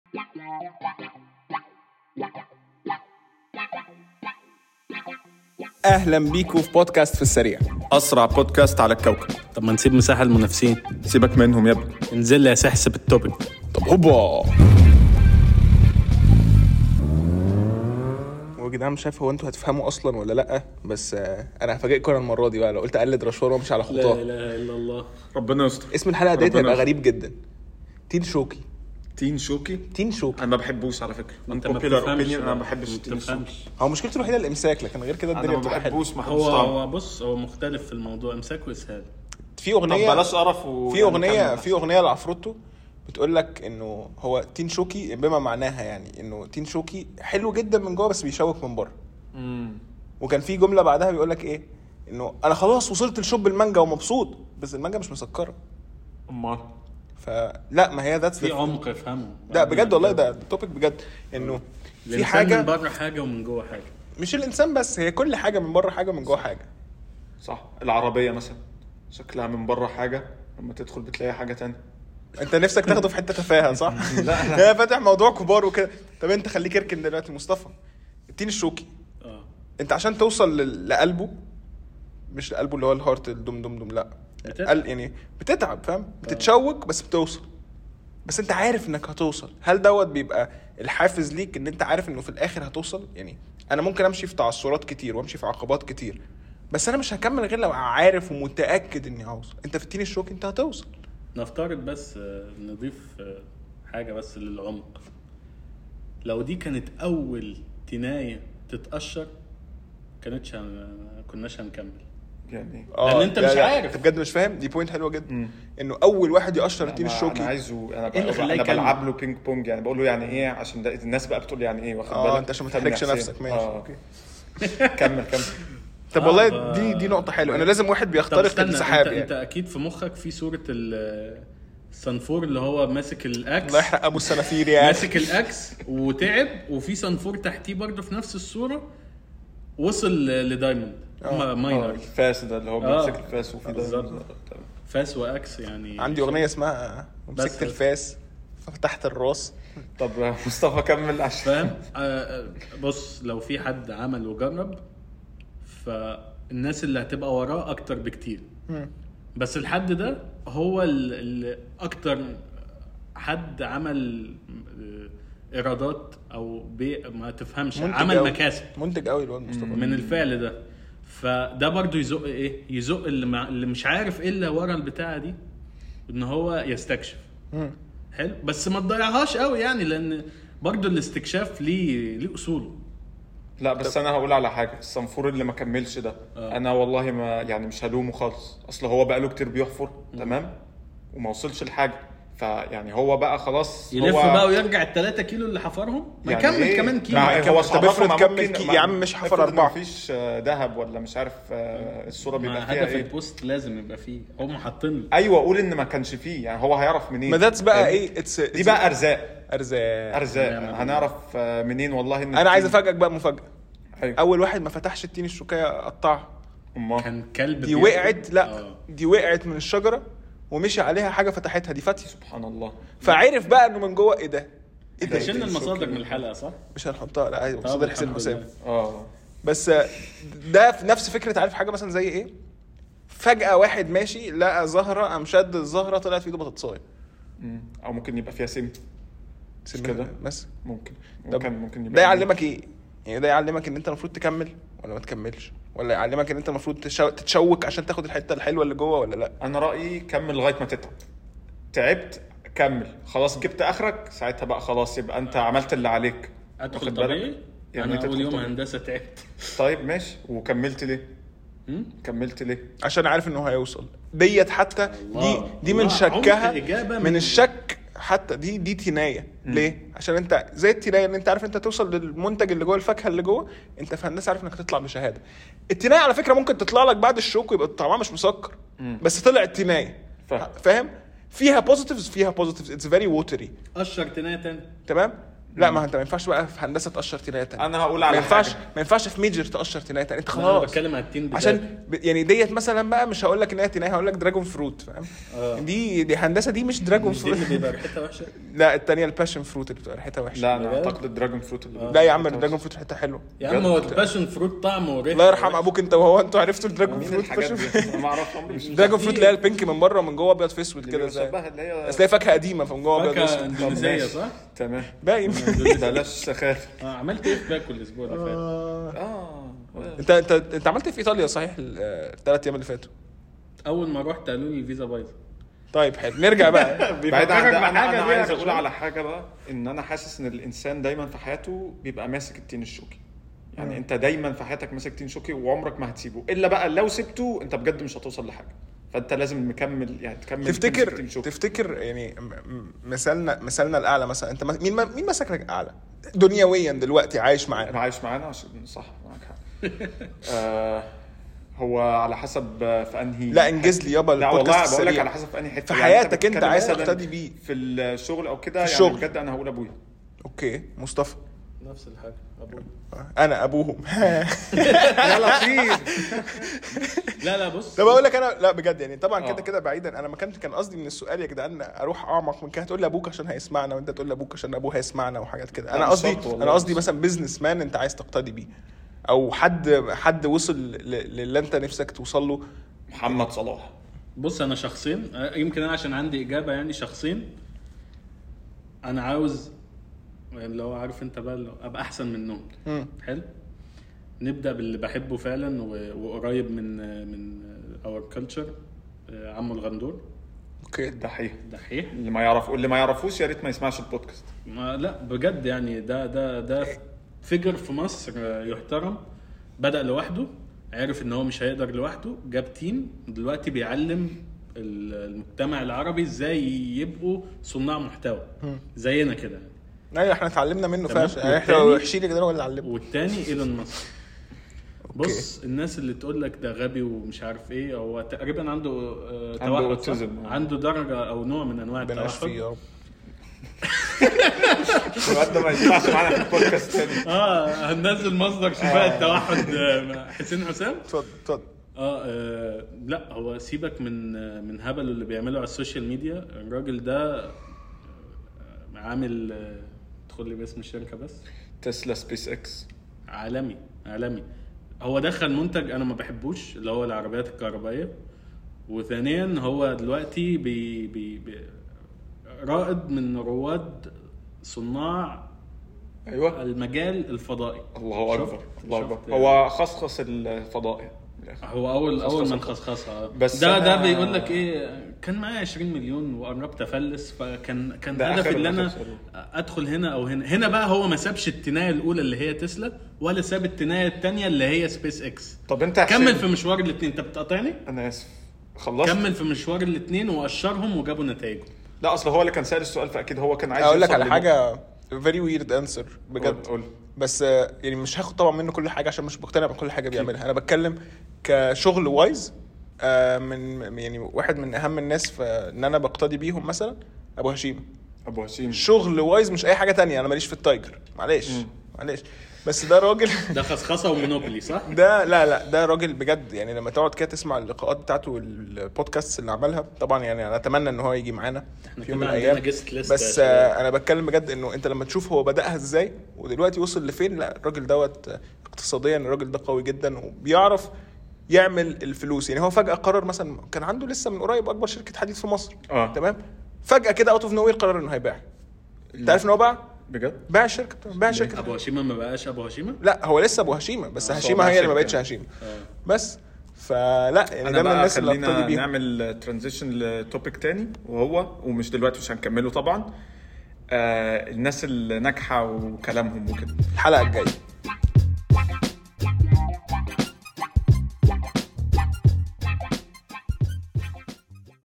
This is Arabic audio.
اهلا بيكم في بودكاست في السريع، اسرع بودكاست على الكوكب. طب ما نسيب مساحه للمنافسين. سيبك منهم يا ابني، انزل لي يا سحسب التوبيك. طب هوبا يا جدعان، مش عارف هو انتوا هتفهموا اصلا ولا لا، بس انا هفاجئكم المره دي بقى. لو قلت اقلد رشوار وامشي على لا خطاه، اله الا الله. ربنا يستر. اسم الحلقه ديت ربنا هيبقى يستر. غريب جدا. تين شوكي. تين شوكي. تين شوكي انا ما بحبوش على فكره. انت من ما popular بتفهمش opinion انا بقى. ما بحبش ما تين شوكي. بتفهمش. هو مشكلته الوحيده الامساك، لكن غير كده انا الدنيا ما بتبقى حلوه. بحبوش، ما حبوش طعم. هو بص، هو مختلف في الموضوع، امساك واسهال. في طب اغنيه بلاش قرف في اغنيه لعفروتو بتقول لك انه هو تين شوكي بما معناها، يعني انه تين شوكي حلو جدا من جوه بس بيشوك من بره. وكان في جمله بعدها بيقول لك ايه، انه انا خلاص وصلت لشوب المانجا ومبسوط، بس المانجا مش مسكره. امال فلا، ما هي ذاتس في عمق يفهمه ده بجد والله، ده توبيك بجد. انه في الإنسان حاجه من بره حاجه ومن جوه حاجه. مش الانسان بس، هي كل حاجه من بره حاجه من جوه حاجه. صح. العربيه مثلا شكلها من بره حاجه، لما تدخل بتلاقي حاجه تانية. انت نفسك تاخده في حته تفاهه صح؟ لا فاتح موضوع كبار وكده. طب انت خليك اركن دلوقتي. مصطفى، التين الشوكي انت عشان توصل لقلبه، مش لقلبه اللي هو الهارت الدم دم دم، لا يعني بتتعب، فاهم؟ بتتشوك بس بتوصل. بس انت عارف انك هتوصل. هل دوت بيبقى الحافز ليك ان انت عارف انه في الاخر هتوصل؟ يعني انا ممكن امشي في تعثرات كتير وامشي في عقبات كتير، بس انا مش هكمل غير لو عارف ومتاكد اني هوصل. انت في التين الشوكي انت هتوصل. نفترض بس نضيف حاجه بس للعمق. لو دي كانت اول تنايه تتقشر كناش هنكمل. يعني لان انت مش عارف. انت بجد مش فاهم. دي بوينت حلوه جدا. انه اول واحد يقشر التين الشوكي. انا عايزه، اللي انا بلعب له بينج بونج، يعني بقول له يعني ايه، عشان ده الناس بقى بتقول يعني ايه، واخد بالك؟ انت عشان ما تحرجش نفسك. ماشي اوكي. كمل. طب والله دي نقطه حلوه. انا لازم واحد بيخترق السحاب. انت اكيد في مخك في صوره الصنفور اللي هو ماسك الاكس. الله يحرق ابو السنافير يعني. ماسك الاكس وتعب، وفي صنفور تحتيه برضه في نفس الصوره وصل لدايموند. ماينر الفاس ده اللي هو بيمسك الفاس، وفي ده فاس واكس. يعني عندي اغنيه اسمها مسكت الفاس فتحت الراس. طب مصطفى كمل عشان فاهم. بص، لو في حد عمل وجرب، فالناس اللي هتبقى وراه اكتر بكتير. بس الحد ده هو اكتر حد عمل ايرادات او ما تفهمش، عمل مكاسب. منتج قوي الواد مصطفى من الفعل ده. فده برضو يزق اللي مش عارف ايه اللي ورا البتاعه دي، ان هو يستكشف. حلو، بس ما تضيعهاش قوي يعني، لان برضو الاستكشاف ليه اصوله. لا بس انا هقول على حاجه. الصنفور اللي ما كملش ده انا والله ما يعني مش هلومه خالص. اصل هو بقى له كتير بيحفر تمام وما وصلش لحاجه، فيعني هو بقى خلاص يلف بقى ويرجع ال3 كيلو اللي حفرهم، ما يعني يكمل إيه؟ كمان كيلو. هو بفرض كمل يا عم، مش حفر 4. مفيش ذهب ولا مش عارف الصوره بيبقى فيها هدف ايه. البوست لازم يبقى فيه، هم حاطين. ايوه قول ان ما كانش فيه، يعني هو هيعرف منين؟ ما ذاتس بقى ايه، دي بقى ارزاق. ارزاق. هنعرف منين والله؟ ان انا عايز افاجئك بقى مفاجاه. أيوة. اول واحد ما فتحش التين الشوكيه قطعها. كان كلب دي وقعت. لا دي وقعت من الشجره ومشي عليها حاجه فتحتها. دي فتحه سبحان الله. فعرف بقى انه من جوه ايه ده. احنا شلنا المصادر من الحلقه صح؟ مش هنحطها، لا عادي. مصادر حسين حسام. بس ده في نفس فكره. عارف حاجه مثلا زي ايه؟ فجاه واحد ماشي لقى زهره، قام شد الزهره طلعت في ايده بطاطسايه. او ممكن يبقى فيها سم كده بس ممكن يبقى. ده يعلمك ايه يعني؟ ده يعلمك ان انت المفروض تكمل ولا ما تكملش، ولا يعلمك ان انت المفروض تتشوك عشان تاخد الحته الحلوه اللي جوه ولا لا؟ انا رايي كمل لغايه ما تتعب. تعبت كمل، خلاص جبت اخرك، ساعتها بقى خلاص يبقى انت عملت اللي عليك. ادخل طبيعي يعني. انا اول يوم هندسه تعبت. طيب ماشي، وكملت ليه؟ كملت ليه؟ عشان عارف انه هيوصل. ديت حتى دي من شكها، من الشك حتى. دي تنايه. ليه؟ عشان انت زي التنايه ان انت عارف انت توصل للمنتج اللي جوه، الفاكهه اللي جوه. انت في هندسه عارف انك هتطلع بشهاده. التنايه على فكره ممكن تطلع لك بعد الشوك ويبقى طعمها مش مسكر، بس طلع التنايه. فاهم؟ فيها بوزيتيفز اتس فيري ووتري. اشهر تنايه تاني تمام. لا ما انت ما ينفعش بقى في هندسه تقشر تينات. انا هقول على ما ينفعش في ميجر تقشر تينات. انت انا خلاص بتكلم على التين عشان يعني ديت مثلا بقى مش هقول لك ان هي تينايه، هقول لك دراجون فروت فاهم. دي هندسه دي مش دراجون فروت اللي بيبقى ريحتها وحشه. لا الثانيه الباشن فروت اللي بتبقى ريحتها وحشه. لا انا اعتقد الدراجون فروت اللي لا يا عم الدراجون فروت ريحتها حلوه يا عم. هو الباشن فروت طعمه وريحته. الله يرحم ابوك انت وهو، انتوا عرفتوا الدراجون فروت؟ ما اعرفش. دراجون فروت اللي هي البينك من بره ومن جوه ابيض في اسود كده زي بس هي فاكهه قديمه فمن جوه ابيض فاكهه اندونيسيه صح؟ تمام باين. بلاش سخاف. عملت ايه في باكل الاسبوع اللي فات؟ انت عملت ايه في ايطاليا صحيح الثلاث ايام اللي فاتوا؟ اول ما رحت قالوا لي الفيزا بايظه. طيب حلو نرجع بقى. بعيد عن ده انا عايز اقول على حاجه بقى، ان انا حاسس ان الانسان دايما في حياته بيبقى ماسك التين الشوكي. يعني انت دايما في حياتك ماسك تين شوكي وعمرك ما هتسيبه، الا بقى لو سبته انت بجد مش هتوصل لحاجه. فانت لازم مكمل يعني تكمل. تفتكر يعني مثالنا الاعلى مثلا انت مين مسكك اعلى دنيويا دلوقتي عايش معانا عشان صح معاك حق. هو على حسب في انهي. لا انجز لي يابا. لا والله بقول لك على حسب في انهي حته في حياتك انت عايز تقتدي بيه في الشغل او كده يعني. بجد انا هقول ابويا. اوكي مصطفى نفس الحاجه ابويا. انا ابوهم. يا لطيف. لا بص. طب اقول لك انا لا بجد يعني طبعا كده بعيدا انا ما كان قصدي من السؤال يا جدعان اروح اعمق من كده. هتقول لي ابوك عشان هيسمعنا وانت تقول لي ابوك عشان ابوه هيسمعنا وحاجات كده. انا قصدي مثلا بيزنس مان انت عايز تقتدي بيه او حد وصل للي انت نفسك توصل له. محمد صلاح. بص انا شخصين يمكن انا عشان عندي اجابه يعني شخصين انا عاوز يعني لو عارف انت بقى ابقى احسن منهم. حلو. نبدا باللي بحبه فعلا وقريب من اور كلتشر. عمو الغندور. اوكي. دحيح اللي ما يعرفوش يا ريت ما يسمعش البودكاست. لا بجد يعني ده فيجر في مصر يحترم. بدأ لوحده، عرف ان هو مش هيقدر لوحده، جاب تيم دلوقتي بيعلم المجتمع العربي ازاي يبقوا صناع محتوى زينا كده. ايوه احنا اتعلمنا منه فعلا. احنا وحشين كده هو اللي علمنا. والتاني ايلون ماسك. بص الناس اللي تقول لك ده غبي ومش عارف ايه، هو تقريبا عنده توحد، عنده درجه او نوع من انواع التوحد. ده ما ينفعش معانا في البودكاست تاني. هننزل مصدر شفاء التوحد حسين حسام. اتفضل. لا هو سيبك من هبل اللي بيعمله على السوشيال ميديا. الراجل ده عامل تدخل لي باسم الشركه بس تسلا سبيس اكس. عالمي. هو دخل منتج انا ما بحبوش اللي هو العربيات الكهربائيه. وثانيا هو دلوقتي بي رائد من رواد صناع ايوه المجال الفضائي. الله اكبر. هو خصخص الفضائي. هو اول من خصخصها. بس ده بيقول لك ايه، كان معايا 20 مليون وقربت افلس، فكان هدفي ان انا ادخل هنا او هنا بقى. هو ما سابش التنايه الاولى اللي هي تسلا ولا ساب التنايه الثانيه اللي هي سبيس اكس. طب انت كمل في مشوار الاثنين. انت بتقاطعني؟ انا اسف خلصت. كمل في مشوار الاثنين واشرهم وجابوا نتائج. لا اصل هو اللي كان سأل السؤال فاكيد هو كان عايز اقول لك على حاجه very weird answer بجد. قول. بس يعني مش هاخد طبعا منه كل حاجه عشان مش مقتنع بكل حاجه بيعملها. انا بتكلم كشغل وايز من يعني واحد من اهم الناس في ان انا بقتدي بيهم مثلا ابو هشيم. شغل وايز مش اي حاجه تانية. انا ماليش في التايجر معلش بس ده راجل ده خصخصه ومونوبولي صح. ده لا ده راجل بجد يعني. لما تقعد كده تسمع اللقاءات بتاعته والبودكاست اللي عملها طبعا يعني انا اتمنى ان هو يجي معانا في يوم من الايام. بس انا بتكلم بجد انه انت لما تشوف هو بدأها ازاي ودلوقتي وصل لفين. لا الراجل دوت اقتصاديا الراجل ده قوي جدا وبيعرف يعمل الفلوس. يعني هو فجأة قرر مثلا كان عنده لسه من قريب اكبر شركة حديد في مصر. تمام. فجأة كده اوت اوف نوير قرر انه هيبيع. انت عارف ان هو باع الشركه. ابو هشيمه ما بقاش ابو هشيمه. لا هو لسه ابو هشيمه بس هشيمه هي اللي ما بقتش هشيمه. بس فلا يعني ده من الناس اللي خلينا نعمل ترانزيشن لتوبيك تاني ومش دلوقتي مش هنكمله طبعا. الناس اللي ناجحه وكلامهم وكده الحلقه الجايه.